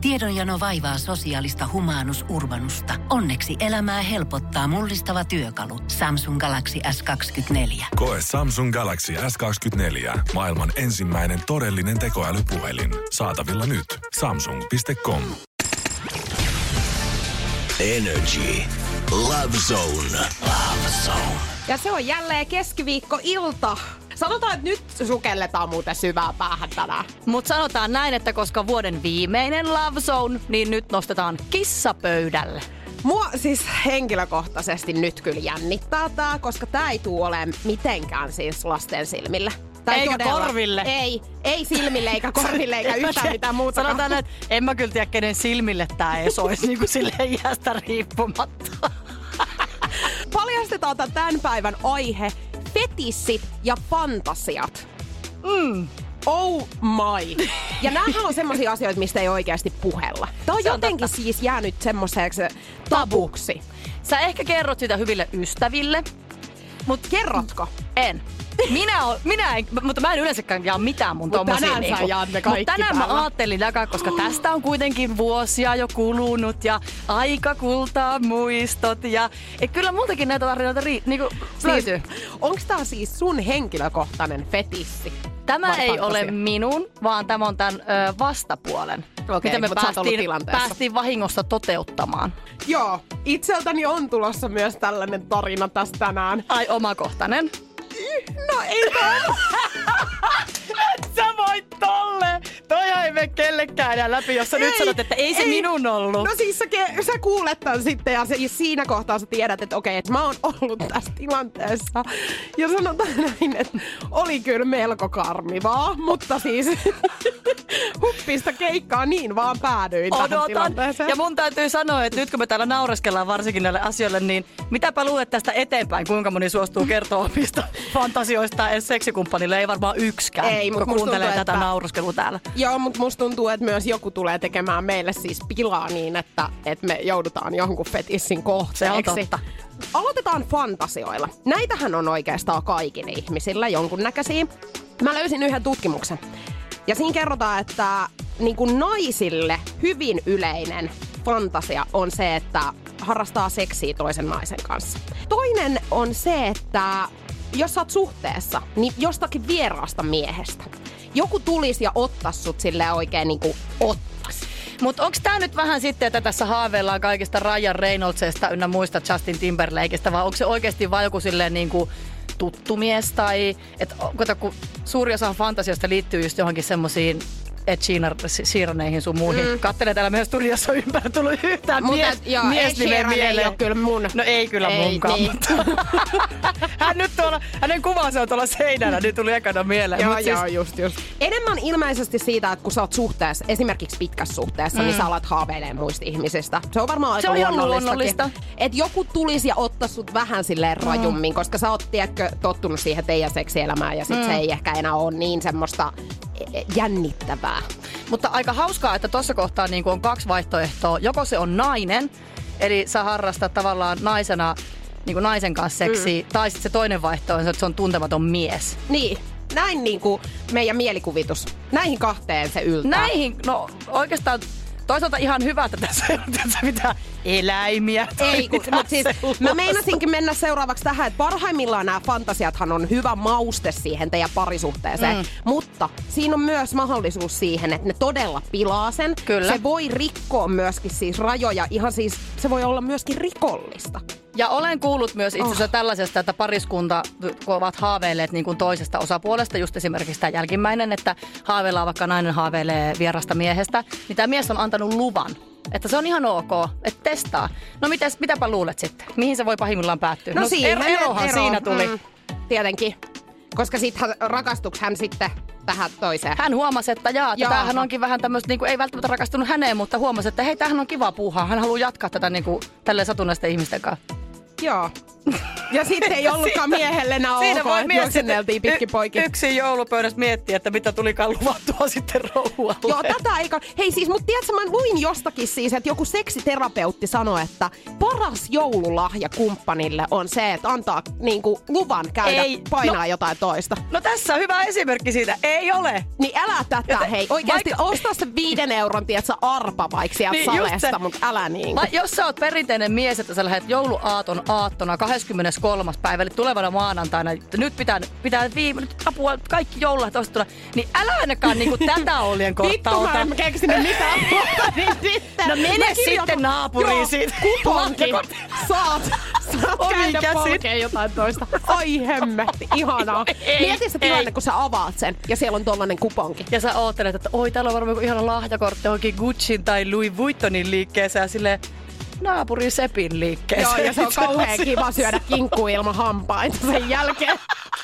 Tiedonjano vaivaa sosiaalista humanus urbanusta. Onneksi elämää helpottaa mullistava työkalu. Samsung Galaxy S24. Koe Samsung Galaxy S24. Maailman ensimmäinen todellinen tekoälypuhelin. Saatavilla nyt. Samsung.com. Energy. Love Zone. Love Zone. Ja se on jälleen keskiviikkoilta. Sanotaan, että nyt sukelletaan muuten syvää päähän tänään. Mutta sanotaan näin, että koska vuoden viimeinen Love Zone, niin nyt nostetaan kissa pöydälle. Mua siis henkilökohtaisesti nyt kyllä jännittää tää, koska tää ei tule olemaan mitenkään siis lasten silmille. Eikä korville. Ei silmille eikä korville eikä yhtään mitään muuta. Sanotaan, että en mä kyllä tiedä, kenen silmille tää ei olisi niin kuin silleen iästä riippumatta. Paljastetaan tämän päivän aihe, fetissit ja fantasiat. Oh my. Ja näähän on semmosia asioita, mistä ei oikeasti puhella. Tää on jotenkin siis jäänyt semmoiseksi tabuksi. Sä ehkä kerrot sitä hyville ystäville. Mut kerrotko? En. Mutta mä en yleensäkään jaa mitään mun tommosia. Tänään sä jaat ne kaikki. Mutta tänään mä ajattelin jakaa, koska tästä on kuitenkin vuosia jo kulunut ja aika kultaa muistot. Ja kyllä multakin näitä tarinoita löytyy. Onks tää siis sun henkilökohtainen fetissi? Tämä ei ole minun, vaan tämä on tämän vastapuolen. Okei, mitä me päästiin vahingossa toteuttamaan. Joo, itseltäni on tulossa myös tällainen tarina tästä tänään. Ai, omakohtainen? No ei tää. Et sä voit tolle. Toi ei mene kellekään enää läpi, jos sä nyt sanot, että ei se minun ollut. No siis sä kuulet tän sitten ja siinä kohtaa sä tiedät, että okei, että mä oon ollut tässä tilanteessa. Ja sanotaan näin, että oli kyllä melko karmivaa, mutta siis huppista keikkaa niin vaan päädyin tähän tilanteeseen. Ja mun täytyy sanoa, että nyt kun me täällä naureskellaan varsinkin näille asioille, niin mitäpä luulet tästä eteenpäin, kuinka moni suostuu kertoa omista fantasioista edes seksikumppanille? Ei varmaan yksikään, kun kuuntelee tätä nauruskelua täällä. Joo, mutta musta tuntuu, että myös joku tulee tekemään meille siis pilaa niin, että me joudutaan jonkun fetissin kohteeksi. Se on totta. Aloitetaan fantasioilla. Näitähän on oikeastaan kaikille ihmisillä jonkunnäköisiä. Mä löysin yhden tutkimuksen. Ja siinä kerrotaan, että niin kuin naisille hyvin yleinen fantasia on se, että harrastaa seksiä toisen naisen kanssa. Toinen on se, että jos sä oot suhteessa, niin jostakin vieraasta miehestä. Joku tulisi ja ottaisi sut silleen oikein niin kuin ottais. Mutta onko tää nyt vähän sitten, että tässä haaveillaan kaikista Ryan Reynoldsista ynnä muista Justin Timberlakeista, vai onko se oikeasti vaan joku silleen niin kuin tuttu mies? Tai, kun suuri osa fantasioista liittyy just johonkin semmosiin Ed Sheeraneihin sun muihin. Kattelee täällä meidän studiossa ympäri tullut yhtään miesnimen mieleen. Ei ole kyllä mun. No ei kyllä munkaan. Niin. Hänen kuvansa on tuolla seinällä, niin tuli ekana mieleen. Joo, just. Enemmän ilmeisesti siitä, että kun sä oot suhteessa, esimerkiksi pitkässä suhteessa, niin sä alat haaveilemaan muista ihmisistä. Se on varmaan aika luonnollista. Että joku tulisi ja ottaa sut vähän silleen rajummin, koska sä oot, tiedätkö, tottunut siihen teidän seksielämään ja sit se ei ehkä enää ole niin semmoista jännittävää. Mutta aika hauskaa, että tuossa kohtaa niin on kaksi vaihtoehtoa. Joko se on nainen, eli sä harrastat tavallaan naisena niin naisen kanssa seksiä, tai sitten se toinen vaihtoehto on, että se on tuntematon mies. Niin, näin niin kuin meidän mielikuvitus. Näihin kahteen se yltää. Näihin, no oikeastaan toisaalta ihan hyvä, että tässä ei ole mitään eläimiä. Ei, mutta siis mä meinasinkin mennä seuraavaksi tähän, että parhaimmillaan nämä fantasiathan on hyvä mauste siihen teidän parisuhteeseen. Mutta siinä on myös mahdollisuus siihen, että ne todella pilaa sen. Kyllä. Se voi rikkoa myöskin siis rajoja, ihan siis se voi olla myöskin rikollista. Ja olen kuullut myös itse asiassa tällaisesta, että pariskunta, kun ovat haaveilleet niin kuin toisesta osapuolesta, just esimerkiksi tämä jälkimmäinen, että haaveillaan, vaikka nainen haaveilee vierasta miehestä, niin tämä mies on antanut luvan. Että se on ihan ok, että testaa. No mitäpä luulet sitten? Mihin se voi pahimmillaan päättyä? No erohan siinä tuli. Tietenkin. Koska sitten rakastuks hän sitten tähän toiseen. Hän huomasi, että tämähän onkin vähän tämmöistä, niin ei välttämättä rakastunut häneen, mutta huomasi, että hei, tämähän on kiva puuhaa. Hän haluaa jatkaa tätä niin kuin, tälleen satunnaisten ihmisten kanssa. Joo. Ja sitten ei ollutkaan miehelle enää ok, että juoksenneltiin pitkin poikin. Yksin joulupöydässä miettiä, että mitä tulikaan luvattua sitten rouvalle. Joo, tätä ei... Hei siis, mutta tiedätkö, mä luin jostakin siis, että joku seksiterapeutti sanoi, että paras joululahja kumppanille on se, että antaa niinku luvan käydä painaa jotain toista. No tässä on hyvä esimerkki siitä. Ei ole. Niin älä tätä, hei. Oikeasti ostaa se 5 euron, tiedätkö, arpa vaikka sieltä niin salesta, mutta älä niinku. Jos sä oot perinteinen mies, että sä lähdet jouluaaton aattona 23. päivä, eli tulevana maanantaina, nyt pitää nyt apua, kaikki joululahjat ostettua, niin älä ainakaan niinku tätä oljen kohtaa ota. Vittu, mä en keksinyt mitään muuta, niin sitten. No mene sitten naapuriin siitä. Kuponki. Saat käydä polkeen jotain toista. Ai hemmetti, ihanaa. Mieti se tilanne, kun sä avaat sen ja siellä on tollanen kuponki. Ja sä oottelet, että oi, täällä on varmaan ihana lahjakortti johonkin Gucciin tai Louis Vuittonin liikkeeseen ja silleen naapurin Sepin liikkeeseen. Joo, ja se on kauhean kiva syödä kinkkua ilman hampaita sen jälkeen.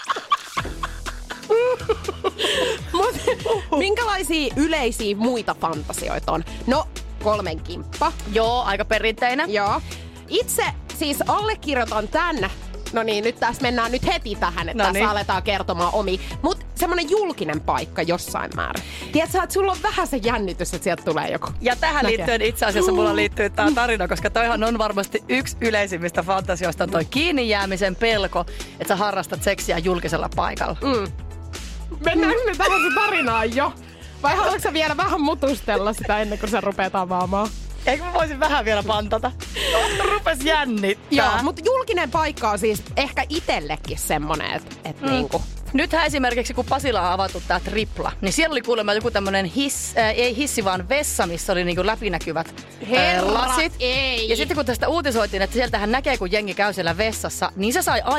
Minkälaisia yleisiä muita fantasioita on? No, 3 kimppa. Joo, aika perinteinen. Joo. Itse siis allekirjoitan tän. No niin, nyt tässä mennään nyt heti tähän, että tässä aletaan kertomaan omi. Mut semmonen julkinen paikka jossain määrin. Tiedätkö, että sulla on vähän se jännitys, että sieltä tulee joku. Ja tähän liittyen itse asiassa mulla liittyy tää tarina, koska toihan on varmasti yksi yleisimmistä fantasioista, toi kiinni jäämisen pelko, että sä harrastat seksiä julkisella paikalla. Mennäänkö me tähän se tarinaan jo? Vai haluatko sä vielä vähän mutustella sitä ennen kuin sä rupeat avaamaan? Eikö mä voisin vähän vielä pantata? Rupes jännittää. Joo, mutta julkinen paikka on siis ehkä itsellekin semmonen, että niinku... Nythän esimerkiksi, kun Pasilla on avattu tää Tripla, niin siellä oli kuulemma joku tämmönen ei hissi, vaan vessa, missä oli niinku läpinäkyvät lasit. Ei. Ja sitten kun tästä uutisoitiin, että sieltähän näkee, kun jengi käy siellä vessassa, niin se sai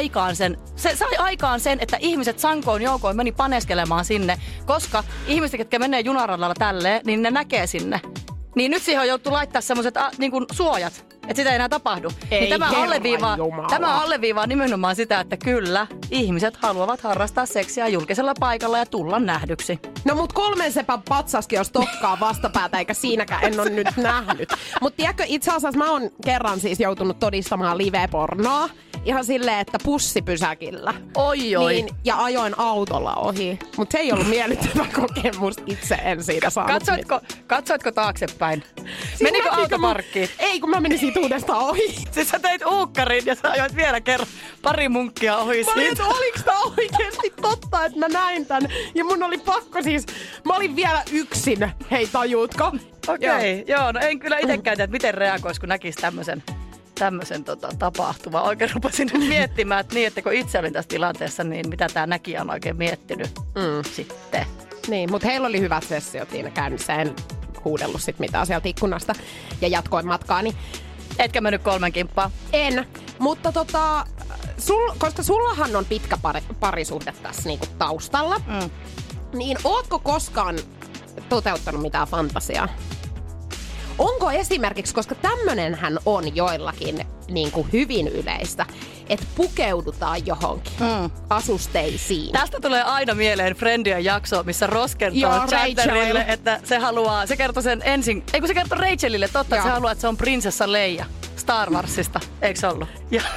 aikaan sen, että ihmiset sankoon joukoin meni paneskelemaan sinne, koska ihmiset, ketkä menee junaradalla tälleen, niin ne näkee sinne. Niin nyt siihen on joutu laittaa semmoiset niin suojat, että sitä ei enää tapahdu. Ei, niin tämä alleviivaa nimenomaan sitä, että kyllä, ihmiset haluavat harrastaa seksiä julkisella paikalla ja tulla nähdyksi. No mut 3 sepän patsaskin jos tokkaa vastapäätä, eikä siinäkään en ole nyt nähnyt. Mut tiedätkö, itse asiassa mä oon kerran siis joutunut todistamaan live-pornoa. Ihan silleen, että pussipysäkillä. Oi. Niin, ja ajoin autolla ohi. Mutta se ei ollut miellyttävä kokemus. Itse en siitä saanut. Katsoitko taaksepäin? Menikö autoparkkiin? Ei, kun mä menin siitä uudestaan ohi. Siis sä teit uukkarin ja sä ajoit vielä kerran pari munkkia ohi siitä. Mä olin, että oliks tää oikeesti totta, että mä näin tän. Ja mun oli pakko siis, mä olin vielä yksin. Hei, tajuutko? Okei, joo, no en kyllä itekään tiedä, että miten reagoisi, kun näkisi tämmösen tapahtuma. Oikein rupesin nyt miettimään, että niin, että kun itse olin tässä tilanteessa, niin mitä tää näkijä on oikein miettinyt sitten. Niin, mutta heillä oli hyvät sessiot siinä käynnissä. En huudellut sit mitään sieltä ikkunasta ja jatkoin matkaani. Etkä mennyt 3 kimppaa? En, mutta koska sullahan on pitkä parisuhde tässä niinku taustalla, niin ootko koskaan toteuttanut mitään fantasiaa? Onko esimerkiksi, koska tämmönenhän on joillakin niin kuin hyvin yleistä, että pukeudutaan johonkin asusteisiin. Tästä tulee aina mieleen Friendien jakso, missä Ross kertoo Chandlerille, että se kertoo sen ensin, se kertoo Rachelille, totta, että se haluaa, että se on prinsessa Leia Star Warsista, eikö se ollut?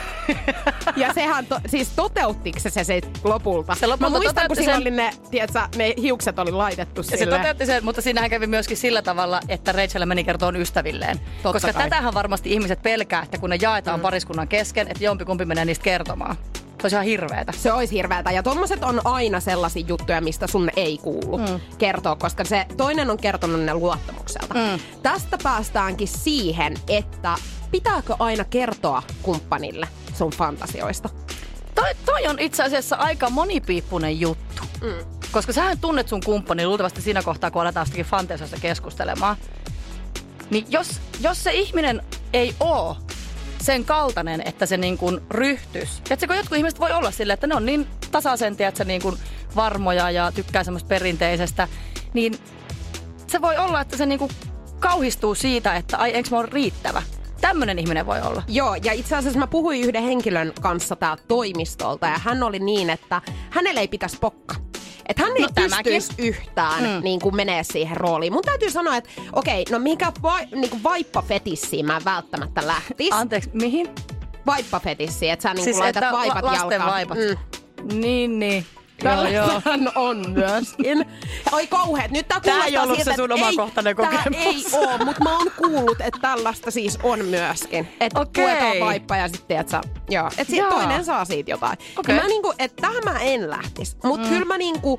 Ja sehän, siis toteuttiko se lopulta? Mä muistan, kun siinä oli ne hiukset oli laitettu sille. Ja se toteutti sen, mutta siinähän kävi myöskin sillä tavalla, että Rachel meni kertoon ystävilleen. Koska tätähän varmasti ihmiset pelkää, että kun ne jaetaan pariskunnan kesken, että jompikumpi menee niistä kertomaan. Se olisi ihan hirveetä. Se olisi hirveetä. Ja tommoset on aina sellaisia juttuja, mistä sun ei kuulu kertoa, koska se toinen on kertonut ne luottamukselta. Tästä päästäänkin siihen, että pitääkö aina kertoa kumppanille sun fantasioista? Toi on itse asiassa aika monipiippunen juttu. Koska sähän tunnet sun kumppani luultavasti siinä kohtaa, kun aletaan jostakin fantasioista keskustelemaan. Niin jos se ihminen ei oo sen kaltainen, että se niin kuin ryhtys. Tiedätkö, kun jotkut ihmiset voi olla silleen, että ne on niin tasaisen, tiedätkö, niin kuin varmoja ja tykkää semmoista perinteisestä, niin se voi olla, että se niin kuin kauhistuu siitä, että ai, enkö mä ole riittävä. Tämmöinen ihminen voi olla. Joo, ja itse asiassa mä puhuin yhden henkilön kanssa täältä toimistolta, ja hän oli niin, että hänelle ei pitäisi pokka. Että hän ei pystyisi yhtään niin kuin menee siihen rooliin. Mun täytyy sanoa, että okei, no mikä niin kuin vaippafetissiin mä en välttämättä lähtisi. Anteeksi, mihin? vaippafetissi, että sä niinku Siis laitat että vaipat lasten jalkaan. vaipat. Niin. Tällainen on myöskin. Oi kauheet, nyt tää kuulostaa ei ollut siltä, se sun omakohtainen kokemus. Tää ei oo, mutta mä oon kuullut, että tällaista siis on myöskin. Että puetaan vaippa ja sitten, että joo. Että toinen saa siitä jotain. Okay. Mä niinku, että tähän mä en lähtis. Mut kyllä mä niinku,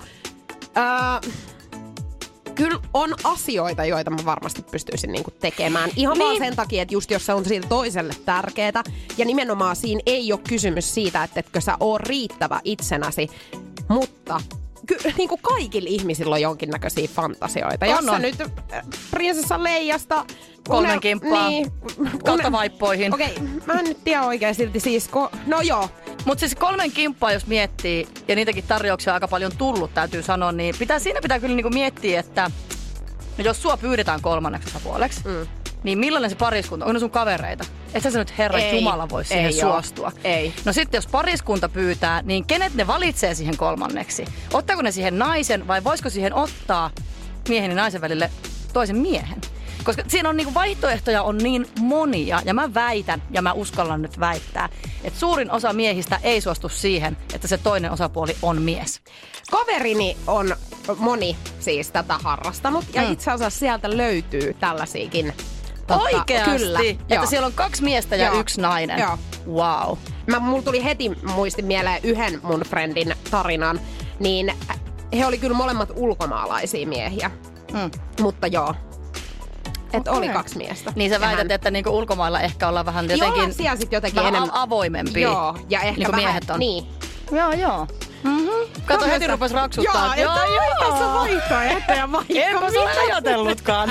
kyllä on asioita, joita mä varmasti pystyisin niinku tekemään. Ihan vaan sen takia, että just jos se on sille toiselle tärkeetä. Ja nimenomaan siinä ei ole kysymys siitä, että etkö sä oo riittävä itsenäsi. Mutta niinku kaikilla ihmisillä on jonkinnäköisiä fantasioita. Jos sä nyt prinsessa Leijasta 3 kimppaa kautta vaippoihin. Okei, mä en nyt tiedä oikein silti siis, no joo. Mutta siis 3 kimppaa, jos miettii, ja niitäkin tarjouksia on aika paljon tullut, täytyy sanoa, niin siinä pitää kyllä niinku miettiä, että no jos sua pyydetään 3. osapuoleksi, niin millainen se pariskunta? On ne sun kavereita? Et sä nyt Herran Jumala voi siihen suostua. Ei. No sitten jos pariskunta pyytää, niin kenet ne valitsee siihen 3? Ottaako ne siihen naisen vai voisiko siihen ottaa miehen ja naisen välille toisen miehen? Koska siinä on niinku vaihtoehtoja on niin monia ja mä väitän ja mä uskallan nyt väittää, että suurin osa miehistä ei suostu siihen, että se toinen osapuoli on mies. Kaverini on moni siis tätä harrastanut ja itse asiassa sieltä löytyy tällaisiakin. Oikeasti? Kyllä. Että siellä on 2 miestä ja 1 nainen? Joo. Wow. Mulla tuli heti muistin mieleen yhden mun friendin tarinan, niin he oli kyllä molemmat ulkomaalaisia miehiä. Mutta joo. Että oli 2 miestä. Niin sä väität, että niinku ulkomailla ehkä ollaan vähän jotenkin, joo, siellä sit jotenkin vähän enemmän avoimempia. Joo, ja ehkä niin vähän, miehet on. Niin. Joo. Kato, heti rupes raksuttaa. Joo, tässä vaihtoehtoja vaikka. Enpä se ajatellutkaan.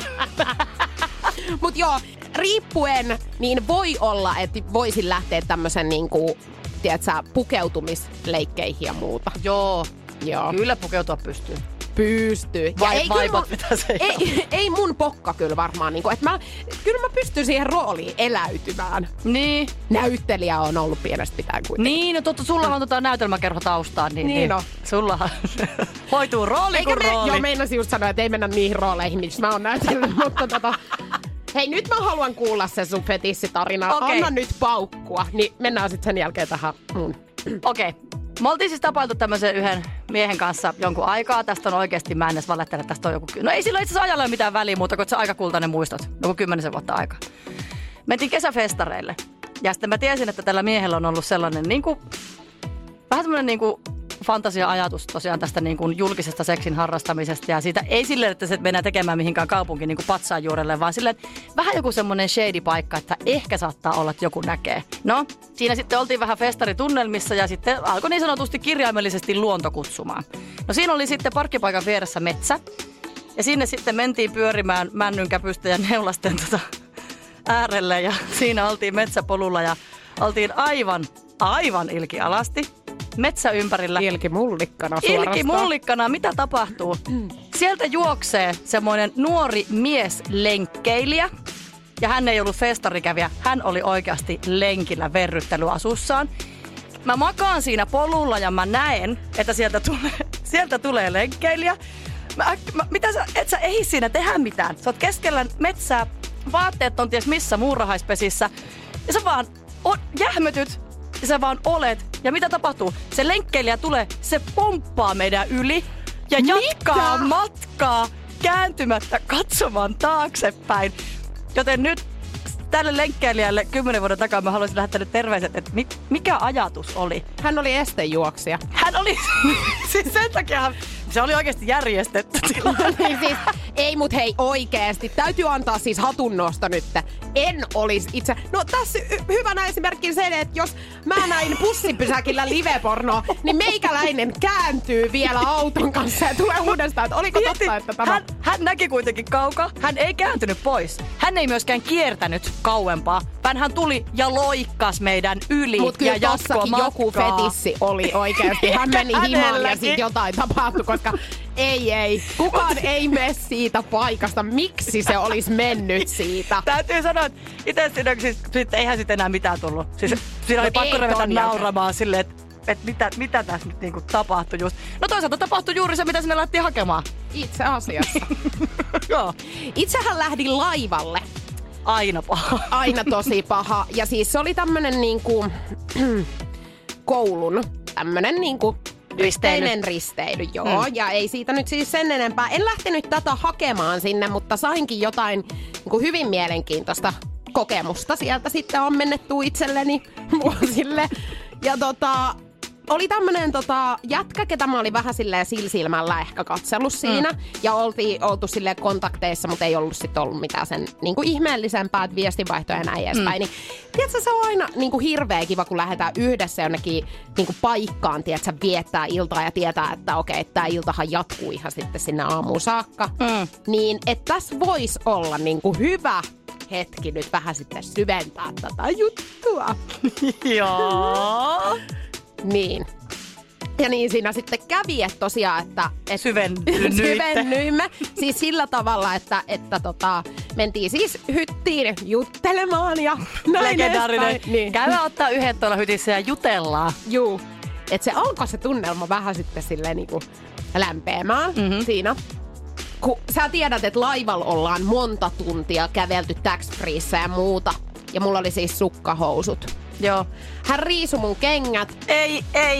Mut joo, riippuen, niin voi olla, että voisin lähteä tämmösen niinku, tiedätkö, pukeutumisleikkeihin ja muuta. Joo. Joo. Kyllä pukeutua pystyy. Pystyy. Vaipat pitää se. Ei mun pokka kyllä varmaan. Niinku, kyllä mä pystyn siihen rooliin eläytymään. Niin. Näyttelijä on ollut pienestä pitäen kuitenkin. Niin, no totta, sulla on näytelmäkerho taustaan. Niin no. Sullahan hoituu rooli kuin rooli. Joo, meinasin just sanoa, että ei mennä niihin rooleihin, missä mä oon näytellyt, mutta hei, nyt mä haluan kuulla sen sun fetissitarinaa. Okay. Anna nyt paukkua, niin mennään sitten sen jälkeen tähän mun. Okei. Me oltiin siis tapailtu tämmöisen yhden miehen kanssa jonkun aikaa. Tästä on oikeasti, mä en edes valettele, että tästä on joku... No ei sillä itse asiassa ajalla ole mitään väliä muuta, kun se aika kultainen muistot. Joku 10 vuotta aikaa. Mentiin kesäfestareille. Ja sitten mä tiesin, että tällä miehellä on ollut sellainen niinku... Vähän semmoinen niinku fantasia-ajatus tosiaan tästä niinku julkisesta seksin harrastamisesta. Ja siitä ei silleen, että se mennään tekemään mihinkään kaupunkiin niinku patsaan juurelle, vaan silleen, vähän joku semmoinen shady paikka, että ehkä saattaa olla, että joku näkee. No, siinä sitten oltiin vähän festaritunnelmissa ja sitten alkoi niin sanotusti kirjaimellisesti luonto kutsumaan. No siinä oli sitten parkkipaikan vieressä metsä. Ja sinne sitten mentiin pyörimään männynkäpystä ja neulasten äärelle ja siinä oltiin metsäpolulla ja oltiin aivan ilkialasti. Metsä ympärillä. Ilkimullikkana suorastaan. Ilkimullikkana, mitä tapahtuu? Sieltä juoksee semmoinen nuori mieslenkkeilijä. Ja hän ei ollut festarikävijä, hän oli oikeasti lenkillä verryttelyasussaan. Mä makaan siinä polulla ja mä näen, että sieltä tulee lenkkeilijä. Mitä et sä ehdi siinä tehdä mitään? Sä oot keskellä metsää, vaatteet on ties missä muurahaispesissä. Ja sä vaan jähmetyt ja sä vaan olet. Ja mitä tapahtuu? Se lenkkeilijä tulee, se pomppaa meidän yli ja jatkaa matkaa kääntymättä katsomaan taaksepäin. Joten nyt tälle lenkkeilijälle 10 vuoden takaa mä haluaisin lähettää nyt terveiset, että mikä ajatus oli? Hän oli estejuoksija. Hän oli, siis sen takia se oli oikeasti järjestetty tilanne. Siis, ei mut hei oikeesti. Täytyy antaa siis hatunnosto nyt. En olisi itse... No tässä hyvänä esimerkki se, että jos mä näin bussipysäkillä livepornoa, niin meikäläinen kääntyy vielä auton kanssa ja tulee uudestaan. Että oliko totta, että tämä... Hän näki kuitenkin kaukaa. Hän ei kääntynyt pois. Hän ei myöskään kiertänyt kauempaa, vaan hän tuli ja loikkas meidän yli mut ja jatkoi matkaa. Joku fetissi oli oikeasti. Hän meni himaan ja sit jotain tapahtui, koska ei. Kukaan ei mene siitä paikasta. Miksi se olisi mennyt siitä? Täytyy sanoa, että itse siis, eihän sitten enää mitään tullut. Siis, siinä oli pakko ruveta nauramaan silleen, että mitä tässä nyt niinku tapahtui just. No toisaalta tapahtui juuri se, mitä sinne lähtiin hakemaan. Itse asiassa. Joo. Itsehän lähdin laivalle aina paha. Aina tosi paha. Ja siis se oli tämmönen niinku koulun tämmönen niinku yhteinen risteily, joo. Ja ei siitä nyt siis sen enempää. En lähtenyt tätä hakemaan sinne, mutta sainkin jotain niinku hyvin mielenkiintoista kokemusta sieltä sitten ammennettua itselleni vuosille. Ja oli tämmönen jätkä, ketä mä olin vähän silleen silmällä ehkä katsellut siinä. Ja oltu silleen kontakteissa, mutta ei ollut sit ollut mitään sen niinku ihmeellisempää, että viestinvaihtoja ja näin edespäin. Niin, tiedätkö, se on aina niinku hirveä kiva, kun lähdetään yhdessä jonnekin niinku paikkaan, tiedätkö, viettää iltaa ja tietää, että okei, että tää iltahan jatkuu ihan sitten sinne aamuun saakka. Niin, että tässä voisi olla niinku hyvä hetki nyt vähän sitten syventää tätä juttua. Joo. Niin. Ja niin siinä sitten kävi, että tosiaan, että syvennyimme. Siis sillä tavalla, että mentiin siis hyttiin juttelemaan ja näin. Legendaarinen. Niin. Käydään ottaa yhden tuolla hytissä ja jutellaan. Juu. Että se alkoi se tunnelma vähän sitten silleen niinku lämpeämään siinä. Kun sä tiedät, että laivalla ollaan monta tuntia kävelty tax-freeissä ja muuta. Ja mulla oli siis sukkahousut. Joo. Hän riisui mun kengät. Ei.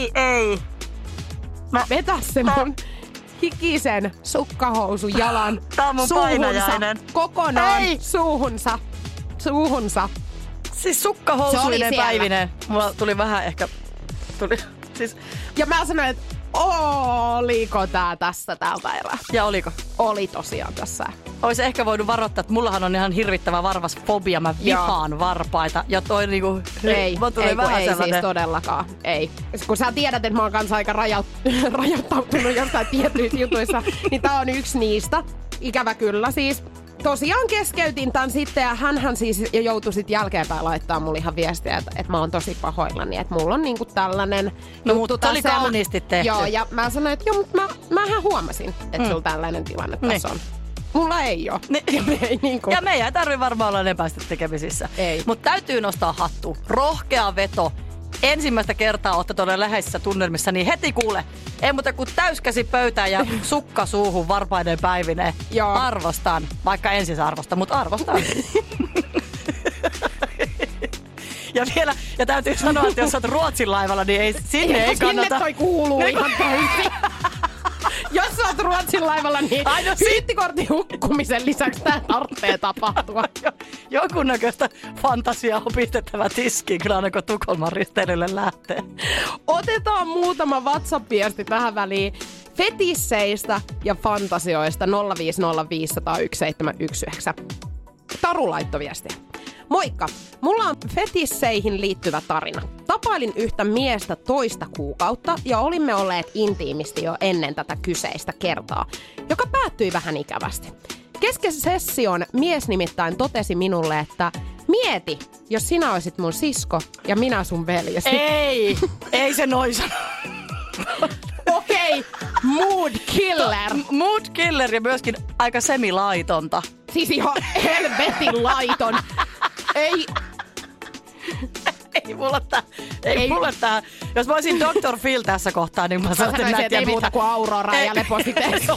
Vetä se mun hikisen sukkahousun jalan Tää on mun painajainen. Kokonaan Ei. suuhunsa. Siis sukkahousuinen siellä. päivinen. Mulla tuli vähän ehkä... Siis... Ja mä sanoin, että oliko tää tässä tältä erää? Ja oliko? Oli tosiaan tässä. Olisi ehkä voinut varoittaa, että mullahan on ihan hirvittävä varvasfobia. Mä vihaan varpaita. Ja toi niinku... Ei sellainen... siis todellakaan. Ei. Kun sä tiedät, että mä oon kanssa aika rajoittautunut jostain tietyissä jutuissa, niin tää on yksi niistä. Ikävä kyllä siis. Tosiaan keskeytin tämän sitten ja hänhän siis joutui sitten jälkeenpäin laittaa mulle ihan viestiä, että mä oon tosi pahoillani, että mulla on niinku tällainen juttu tässä. Oli kauniisti tehty. Joo, ja mä sanoin, että joo, mutta mähän huomasin, että sulla tällainen tilanne tässä on. Mulla ei oo. Ja meidän ei tarvitse varmaan olla epäistä tekemisissä. Ei. Mutta täytyy nostaa hattu. Rohkea veto. Ensimmäistä kertaa ootte tuolla läheisissä tunnelmissa, niin heti kuule. Ei muuta kuin täyskäsi pöytään ja sukka suuhun varpaiden päivineen. Joo. Arvostan. Vaikka ensin arvostan, mutta arvostan. Ja täytyy sanoa, että jos olet Ruotsin laivalla, niin sinne ei kannata. Sinne toi kuuluu ihan täysin. Jos sä oot Ruotsin laivalla, niin synttikortin hukkumisen lisäksi tää tarvitsee tapahtua. Jonkunnäköistä fantasiaa on pistettävä tiskiin, kyllä aina kun Tukholman risteilylle lähtee. Otetaan muutama WhatsApp-viesti tähän väliin fetisseistä ja fantasioista 050501719. Taru laittoi viestiä. Moikka! Mulla on fetisseihin liittyvä tarina. Tapailin yhtä miestä toista kuukautta ja olimme olleet intiimisti jo ennen tätä kyseistä kertaa, joka päättyi vähän ikävästi. Kesken session mies nimittäin totesi minulle, että mieti, jos sinä olisit mun sisko ja minä sun veljesi. Ei se noin sano. Okei, mood killer. Mood killer ja myöskin aika semilaitonta. Siis ihan helvetin laiton. Ei mulla tää. Jos mä olisin Dr. Phil tässä kohtaa, niin mä sanoin, että ei muuta kuin Aurora ja Lepositeesi.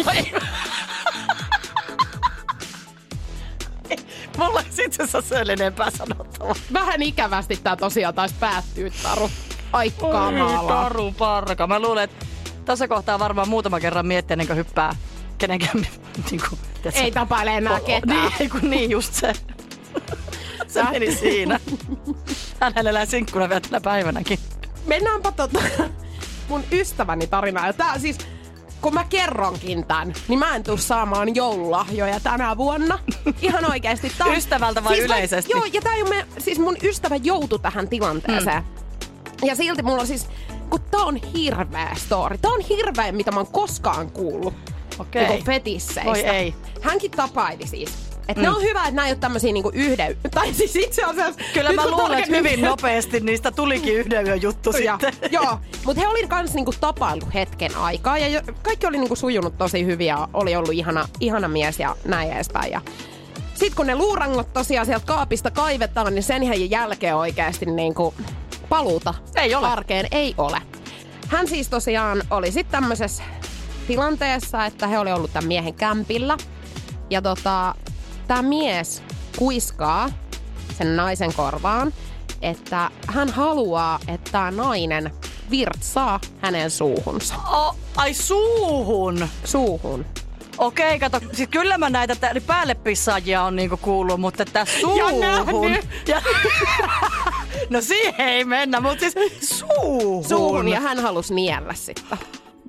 Mulla sit se on enempää sanottava. Vähän ikävästi tää tosiaan taisi päättyä, Taru. Ai kamala. Taru parka. Mä luulen, että tässä kohtaa varmaan muutama kerran miettiä, ennen kuin hyppää kenenkään. Niin kuin, ei tapaile enää ketään. Niin just se. Se meni siinä. Hän elää sinkkuna vielä tänä päivänäkin. Mennäänpä mun ystäväni tarinaa. Ja tää siis, kun mä kerronkin tän, niin mä en tuu saamaan joululahjoja tänä vuonna. Ihan oikeesti. Ystävältä vai siis yleisesti? Joo, ja siis mun ystävä joutui tähän tilanteeseen. Ja silti mulla on siis, kun tää on hirveä story. Tää on hirveä, mitä mä oon koskaan kuullut. Okei. Niinku fetisseistä. Oi ei. Hänkin tapaili siis. Että ne on hyvä, että nää ei ole tämmösiä niinku tai siis itse asiassa... Kyllä mä luulen, että hyvin nopeasti niistä tulikin yhden yön juttu sitten. Joo, mutta he oli kans niinku tapailu hetken aikaa ja kaikki oli niinku sujunut tosi hyvin ja oli ollut ihana mies ja näin edespäin. Ja sit kun ne luurangot tosiaan sieltä kaapista kaivetaan, niin sen jälkeen oikeasti niinku paluuta ei ole. Arkeen ei ole. Hän siis tosiaan oli sit tämmöisessä tilanteessa, että he oli ollut tämän miehen kämpillä. Ja tää mies kuiskaa sen naisen korvaan, että hän haluaa, että tämä nainen virtsaa hänen suuhunsa. Ai suuhun? Suuhun. Okei, kato, siis kyllä mä näitä päälle pissaajia on niinku kuullut, mutta tää suuhun. Ja no siihen ei mennä, mutta siis suuhun. Suuhun ja hän halusi niellä sitten.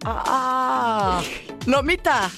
No mitä?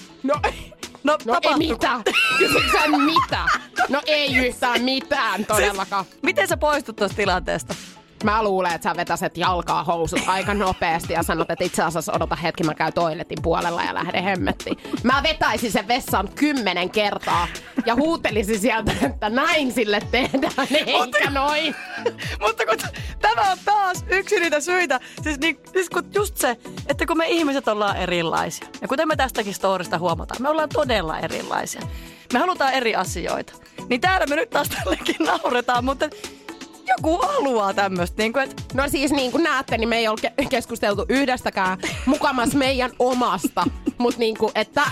No ei mitään. Kysyksä mitä? No ei yhtään mitään todellakaan. Siis, miten sä poistut tuosta tilanteesta? Mä luulen, että sä vetäset jalkaa housut aika nopeasti ja sanot, että itse asiassa odota hetki, mä käyn toiletin puolella ja lähden hemmettiin. Mä vetäisin sen vessan 10 kertaa ja huutelisin sieltä, että näin sille tehdään, eikä noin. Mutta kun tämä on taas yksi niitä syitä, siis kun just se, että kun me ihmiset ollaan erilaisia. Ja kuten me tästäkin storista huomataan, me ollaan todella erilaisia. Me halutaan eri asioita. Niin täällä me nyt taas tällekin nauretaan, mutta joku haluaa tämmöistä. Niin että no siis niin kuin näette, niin me ei ole keskusteltu yhdestäkään mukamas meidän omasta. Mutta niin kuin, että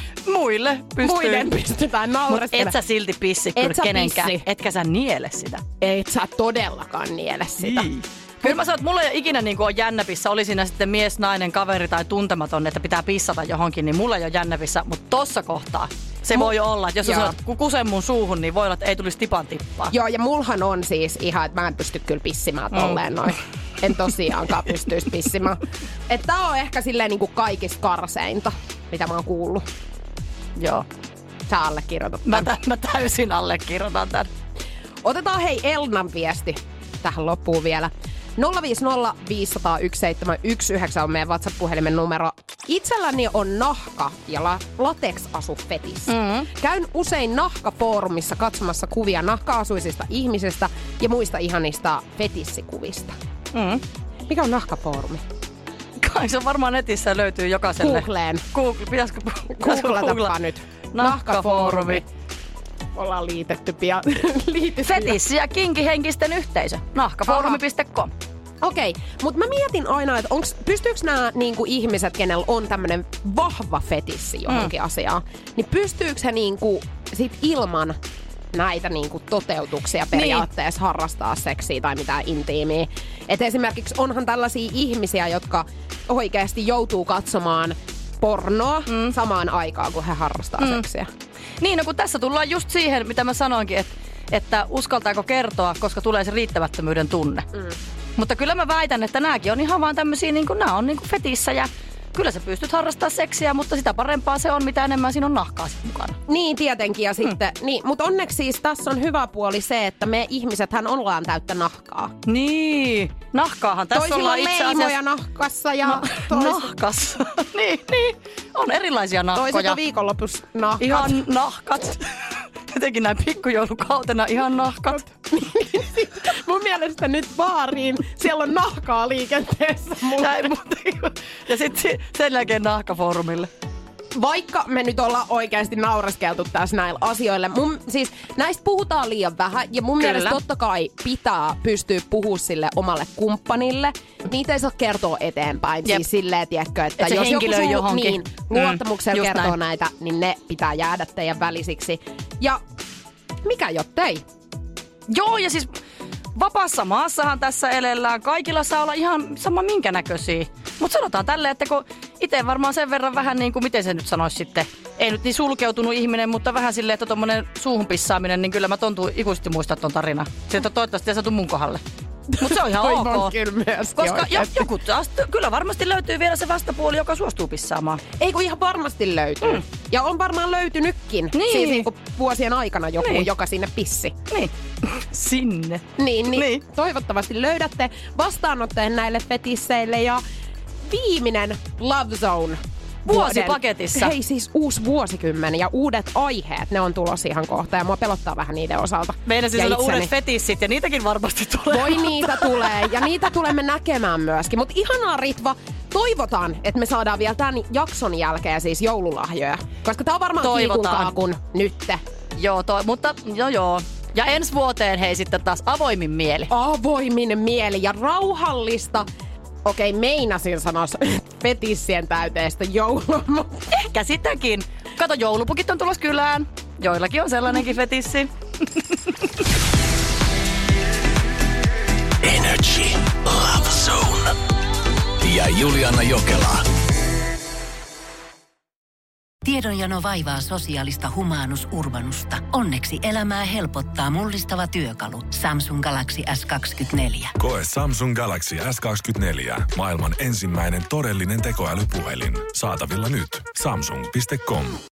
muiden pystytään naureskelemaan. Mutta et sä silti pissi kyllä kenenkään. Etkä sä niele sitä. Et sä todellakaan niele sitä. Kyllä mä sanon, että mulla ei ole ikinä niin kuin on jännäpissä. Oli siinä sitten mies, nainen, kaveri tai tuntematon, että pitää pissata johonkin, niin mulla ei ole jännäpissä. Mutta tossa kohtaa se voi olla, että jos sä sanot, kun kusen mun suuhun, niin voi olla, että ei tulisi tipan tippaa. Joo, ja mulhan on siis ihan, että mä en pysty kyllä pissimään tolleen noin. En tosiaankaan pystyisi pissimään. Että tää on ehkä silleen niin kuin kaikista karseinta, mitä mä oon kuullut. Joo. Sä allekirjoitat tämän. Mä täysin allekirjoitan tämän. Otetaan hei Elnan viesti tähän loppuun vielä. 050 500 1719 on meidän WhatsApp-puhelimen numero. Itselläni on nahka ja latex-asu fetissi. Käyn usein nahkafoorumissa katsomassa kuvia nahka-asuisista ihmisistä ja muista ihanista fetissikuvista. Mikä on nahkafoorumi? Kai se varmaan netissä löytyy jokaiselle. Googleen. Pitäisikö Googletapa nyt. Nahkafoorumi. Ollaan liitetty pian. Fetissi ja kinkihenkisten yhteisö. Nahkafoorumi.com. Okei, mutta mä mietin aina, että pystyykö nämä niinku ihmiset, kenellä on tämmönen vahva fetissi johonkin asiaan, niin pystyykö he niinku sit ilman näitä niinku toteutuksia periaatteessa harrastaa seksiä tai mitään intiimiä? Et esimerkiksi onhan tällaisia ihmisiä, jotka oikeasti joutuu katsomaan pornoa samaan aikaan, kun he harrastaa seksiä. Niin, no kun tässä tullaan just siihen, mitä mä sanoinkin, että uskaltaako kertoa, koska tulee se riittämättömyyden tunne. Mutta kyllä mä väitän, että nääkin on ihan vaan tämmöisiä, niin kuin, nää on niin kuin fetissä ja kyllä sä pystyt harrastamaan seksiä, mutta sitä parempaa se on, mitä enemmän siinä on nahkaa mukana. Niin, tietenkin. Ja sitten, niin, mutta onneksi siis tässä on hyvä puoli se, että me ihmisethän ollaan täyttä nahkaa. Niin, nahkaahan tässä toisilla ollaan itse asiassa. Toisilla leimoja nahkassa ja nahkassa. niin, on erilaisia nahkoja. Toiset on viikonlopussa nahkat. Ihan nahkat. Jotenkin näin pikkujoulukautena ihan nahkat. Mun mielestä nyt baariin, siellä on nahkaa liikenteessä. Ja sitten sen jälkeen nahkafoorumille. Vaikka me nyt ollaan oikeasti naureskeltu tässä näillä asioilla. Siis näistä puhutaan liian vähän ja mun mielestä totta kai pitää pystyä puhua sille omalle kumppanille. Niitä ei saa kertoa eteenpäin. Jep. Siis silleen, tiedätkö, että et jos joku johonkin. Luottamuksella kertoo näin. näitä, niin ne pitää jäädä teidän välisiksi. Ja mikä jottei? Joo, ja siis vapaassa maassahan tässä elellään. Kaikilla saa olla ihan sama minkä näköisiä. Mutta sanotaan tälleen, että kun itse varmaan sen verran vähän niin kuin, miten se nyt sanoisi sitten, ei nyt niin sulkeutunut ihminen, mutta vähän silleen, että tommonen suuhun pissaaminen, niin kyllä mä ikuisesti muistan ton tarina. Sieltä toivottavasti ei saatu mun kohdalle. Mutta se on ihan ok. Koska joku taas, kyllä varmasti löytyy vielä se vastapuoli, joka suostuu pissaamaan. Ei kun ihan varmasti löytyy. Ja on varmaan löytynytkin. Niin. Siis niin kuin vuosien aikana joku, joka sinne pissi. Niin. Sinne. Niin. Toivottavasti löydätte vastaanotteen näille fetisseille. Ja viimeinen Love Zone. Vuosipaketissa. Hei siis uusi vuosikymmen ja uudet aiheet, ne on tulossa ihan kohta ja mua pelottaa vähän niiden osalta. Meidän siis on uudet fetissit ja niitäkin varmasti tulee. Voi niitä tulee ja niitä tulemme näkemään myöskin. Mutta ihanaa Ritva, toivotaan, että me saadaan vielä tämän jakson jälkeen siis joululahjoja. Koska tää on varmaan kiikunkaa kuin nytte. Joo, mutta joo. Ja ensi vuoteen hei sitten taas avoimin mieli. Avoimin mieli ja rauhallista. Okei, meinasin sanoa fetissien täyteistä joulua, mutta ehkä sitäkin. Kato, joulupukit on tulossa kylään. Joillakin on sellainenkin fetissi. Energy Love Zone. Ja Juliana Jokela. Tiedonjano vaivaa sosiaalista humanus urbanusta. Onneksi elämää helpottaa mullistava työkalu. Samsung Galaxy S24. Koe Samsung Galaxy S24. Maailman ensimmäinen todellinen tekoälypuhelin. Saatavilla nyt. Samsung.com.